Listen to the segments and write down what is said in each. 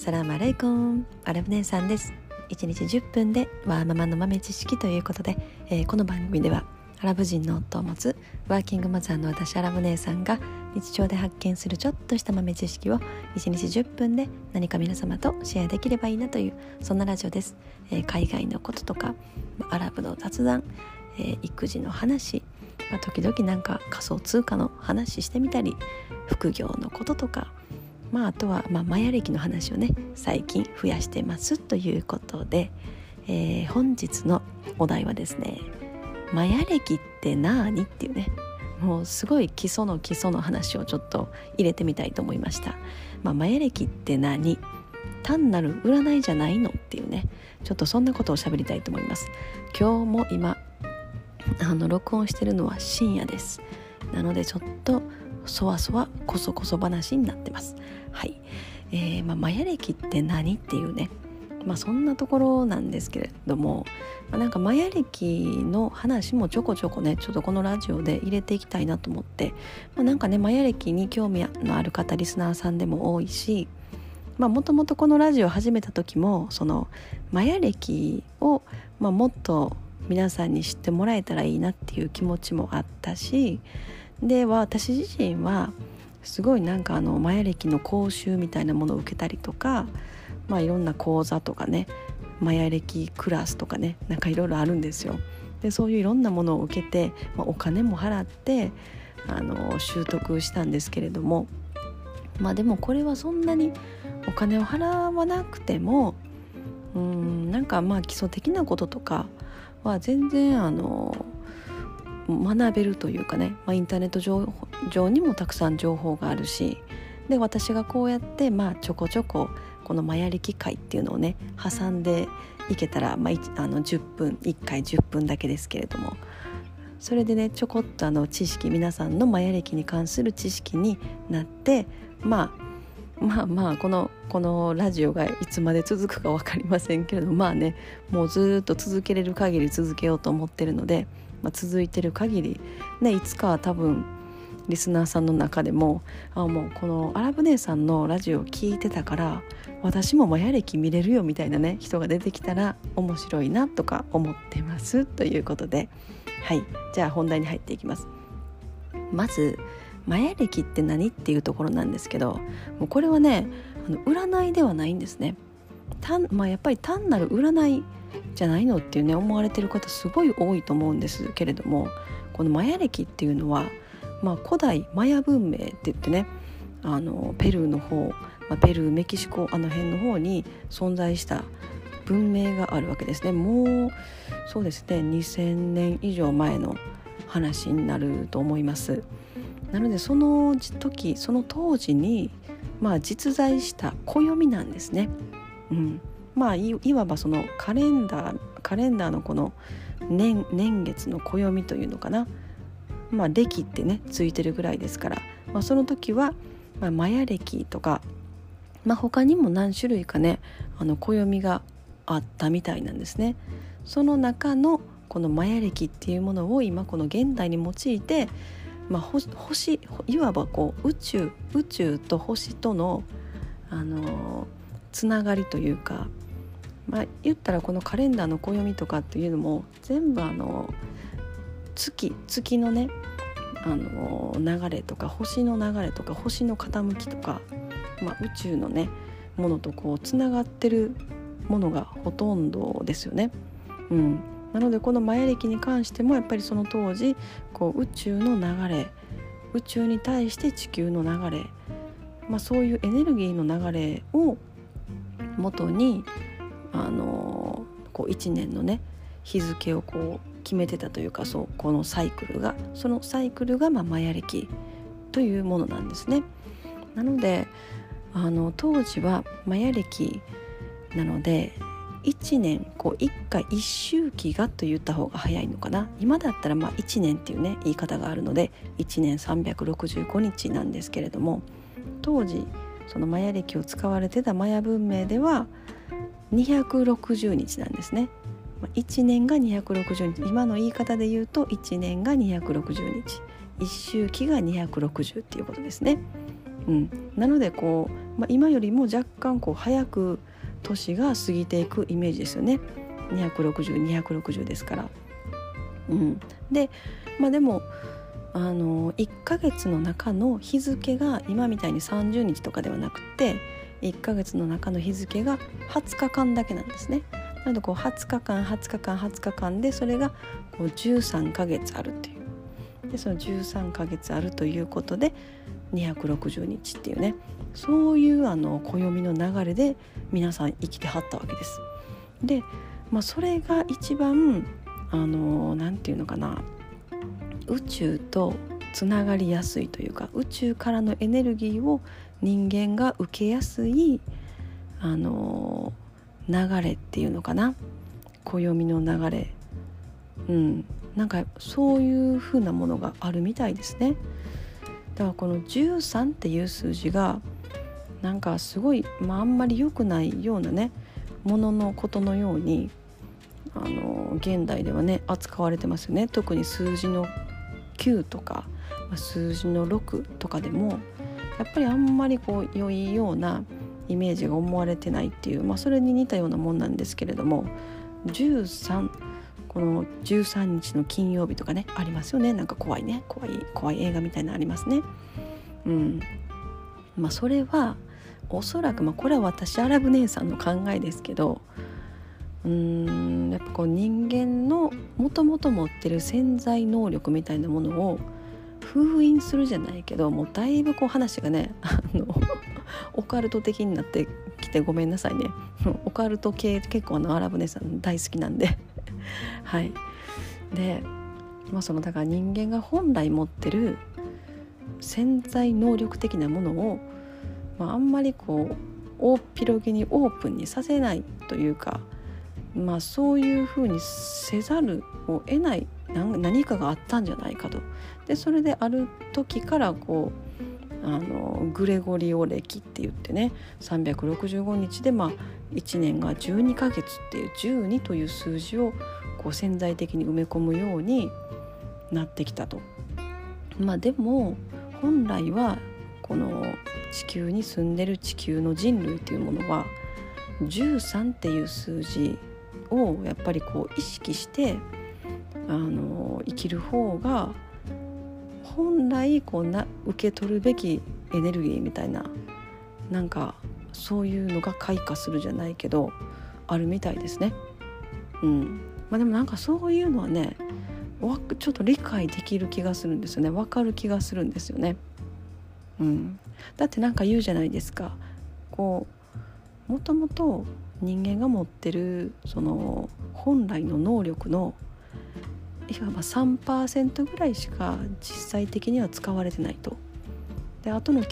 サラムアレイコン、アラブ姉さんです。1日10分でワーママの豆知識ということで、この番組ではアラブ人の夫を持つワーキングマザーの私アラブ姉さんが日常で発見するちょっとした豆知識を1日10分で何か皆様とシェアできればいいなという、そんなラジオです。海外のこととかアラブの雑談、育児の話、時々なんか仮想通貨の話してみたり、副業のこととか、あとはマヤ歴の話をね最近増やしてますということで、本日のお題はですね、マヤ歴って何っていうね、もうすごい基礎の話をちょっと入れてみたいと思いました。マヤ歴って何？単なる占いじゃないのっていうね、ちょっとそんなことを喋りたいと思います。今日も今録音してるのは深夜です。なのでちょっとそわそわこそこそ話になってます。はい、マヤ歴って何っていうね、そんなところなんですけれども、なんかマヤ歴の話もちょこちょこね、ちょっとこのラジオで入れていきたいなと思って、なんかねマヤ歴に興味のある方リスナーさんでも多いし、もともとこのラジオを始めた時もそのマヤ歴を、もっと皆さんに知ってもらえたらいいなっていう気持ちもあったし、で私自身はすごいなんかマヤ歴の講習みたいなものを受けたりとか、いろんな講座とかね、マヤ歴クラスとかね、なんかいろいろあるんですよ。でそういういろんなものを受けて、お金も払って習得したんですけれども、でもこれはそんなにお金を払わなくてもなんか基礎的なこととかは全然学べるというかね、インターネット上にもたくさん情報があるし、で私がこうやってちょこちょここのマヤ歴会っていうのをね挟んでいけたら、10分1回10分だけですけれども、それでねちょこっと知識、皆さんのマヤ歴に関する知識になって、このラジオがいつまで続くか分かりませんけれども、もうずっと続けれる限り続けようと思ってるので、続いてる限りね、いつかは多分リスナーさんの中でももうこのアラブ姉さんのラジオを聞いてたから私もマヤ歴見れるよみたいなね人が出てきたら面白いなとか思ってますということで、はい、じゃあ本題に入っていきます。まずマヤ歴って何っていうところなんですけど、もうこれはね占いではないんですね。やっぱり単なる占いじゃないのっていうね思われてる方すごい多いと思うんですけれども、このマヤ歴っていうのは、古代マヤ文明って言ってね、ペルーの方、ペルーメキシコ辺の方に存在した文明があるわけですね。もうそうですね2000年以上前の話になると思います。なのでその当時に実在した暦なんですね。いわばそのカレンダーのこの年月の暦というのかな、暦ってねついてるぐらいですから、その時は、マヤ暦とか、他にも何種類かね暦があったみたいなんですね。その中のこのマヤ暦っていうものを今この現代に用いて、星いわばこう宇宙と星とのつながりというか、言ったらこのカレンダーの暦とかっていうのも全部月のね流れとか星の流れとか星の傾きとか、宇宙のねものとこうつながってるものがほとんどですよね。なのでこのマヤ暦に関してもやっぱりその当時こう宇宙の流れ、宇宙に対して地球の流れ、そういうエネルギーの流れを元にこう1年のね日付をこう決めてたというか、このサイクルがマヤ暦というものなんですね。なので当時はマヤ暦なので1年1回1周期がと言った方が早いのかな。今だったら1年っていうね言い方があるので1年365日なんですけれども、当時そのマヤ暦を使われてたマヤ文明では260日なんですね。1年が260日、今の言い方で言うと1年が260日、1周期が260っていうことですね。 なので今よりも若干早く年が過ぎていくイメージですよね。260ですから。で、でも1ヶ月の中の日付が今みたいに30日とかではなくて、1ヶ月の中の日付が20日間だけなんですね。なので20日間でそれが13ヶ月あるという。でその13ヶ月あるということで260日っていうね、そういう暦の流れで皆さん生きてはったわけです。で、それが一番なんていうのかな、宇宙とつながりやすいというか、宇宙からのエネルギーを人間が受けやすい流れっていうのかな、暦の流れ、なんかそういう風なものがあるみたいですね。だからこの13っていう数字がなんかすごい、あんまり良くないようなねもののことのように現代ではね扱われてますよね。特に数字の9とか数字の6とかでもやっぱりあんまり良いようなイメージが思われてないっていう、それに似たようなもんなんですけれども、この13日の金曜日とかねありますよね。なんか怖い映画みたいなのありますね。それはおそらく、これは私アラブ姉さんの考えですけど、やっぱ人間のもともと持ってる潜在能力みたいなものを封印するじゃないけど、もうだいぶ話がねオカルト的になってきてごめんなさいね。オカルト系結構アラブ姉さん大好きなんではい。で、だから人間が本来持ってる潜在能力的なものを、あんまり大っ広げにオープンにさせないというか、そういうふうにせざるを得ない何かがあったんじゃないかと。でそれである時からグレゴリオ暦って言ってね、365日で1年が12ヶ月っていう12という数字を潜在的に埋め込むようになってきたと。でも本来はこの地球に住んでる地球の人類っていうものは13っていう数字をやっぱり意識して生きる方が本来受け取るべきエネルギーみたいな、なんかそういうのが開花するじゃないけどあるみたいですね。でもなんかそういうのはねちょっと理解できる気がするんですよね。分かる気がするんですよね。だってなんか言うじゃないですか、もともと人間が持ってるその本来の能力のいわば 3% ぐらいしか実際的には使われてないと。であとの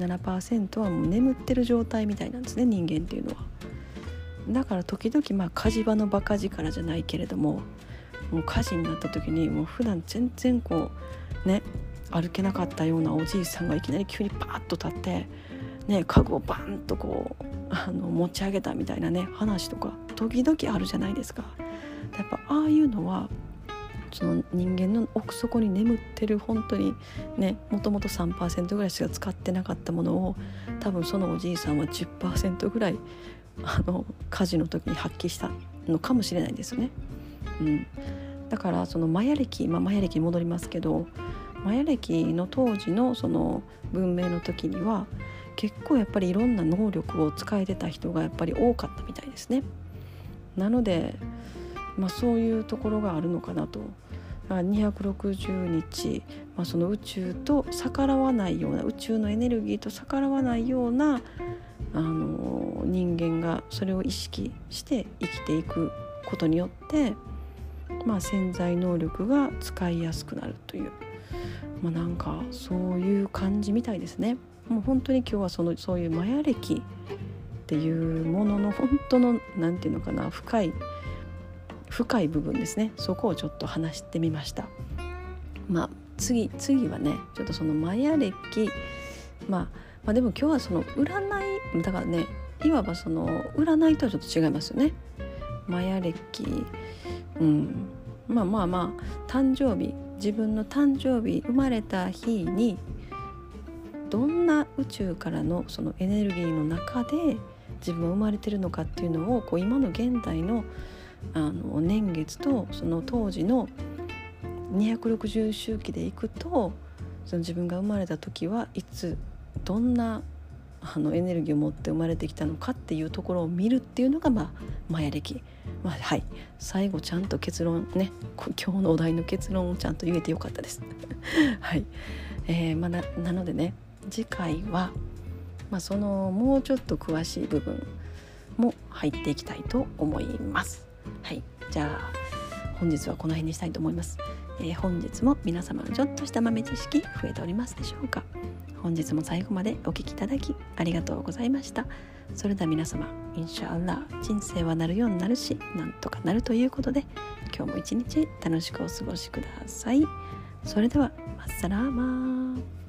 97% はもう眠ってる状態みたいなんですね、人間っていうのは。だから時々火事場のバカ力じゃないけれども、もう火事になった時にもう普段全然歩けなかったようなおじいさんがいきなり急にパーッと立ってね、家具をバンと持ち上げたみたいなね話とか時々あるじゃないですか。やっぱああいうのはその人間の奥底に眠ってる本当にね、もともと 3% ぐらいしか使ってなかったものを多分そのおじいさんは 10% ぐらい火事の時に発揮したのかもしれないですよね。だからそのマヤ暦、マヤ暦に戻りますけど、マヤ暦の当時のその文明の時には結構やっぱりいろんな能力を使えてた人がやっぱり多かったみたいですね。なのでそういうところがあるのかなと。260日、その宇宙と逆らわないような、宇宙のエネルギーと逆らわないような人間がそれを意識して生きていくことによって潜在能力が使いやすくなるという、なんかそういう感じみたいですね。もう本当に今日はそういうマヤ暦っていうものの本当のなんていうのかな、深い部分ですね。そこをちょっと話してみました。次はねちょっとそのマヤ暦でも今日はその占いだからね、いわばその占いとはちょっと違いますよね。マヤ暦、誕生日、自分の誕生日生まれた日にどんな宇宙からのそのエネルギーの中で自分は生まれてるのかっていうのをこう今の現代の年月とその当時の260周期でいくと、その自分が生まれた時はいつどんなエネルギーを持って生まれてきたのかっていうところを見るっていうのがマヤ暦、はい、最後ちゃんと結論ね、今日のお題の結論をちゃんと言えてよかったですはい、なのでね、次回は、そのもうちょっと詳しい部分も入っていきたいと思います。はい、じゃあ本日はこの辺にしたいと思います。本日も皆様のちょっとした豆知識増えておりますでしょうか。本日も最後までお聞きいただきありがとうございました。それでは皆様、インシャアラー、人生はなるようになるし、なんとかなるということで、今日も一日楽しくお過ごしください。それではマッサラーマー。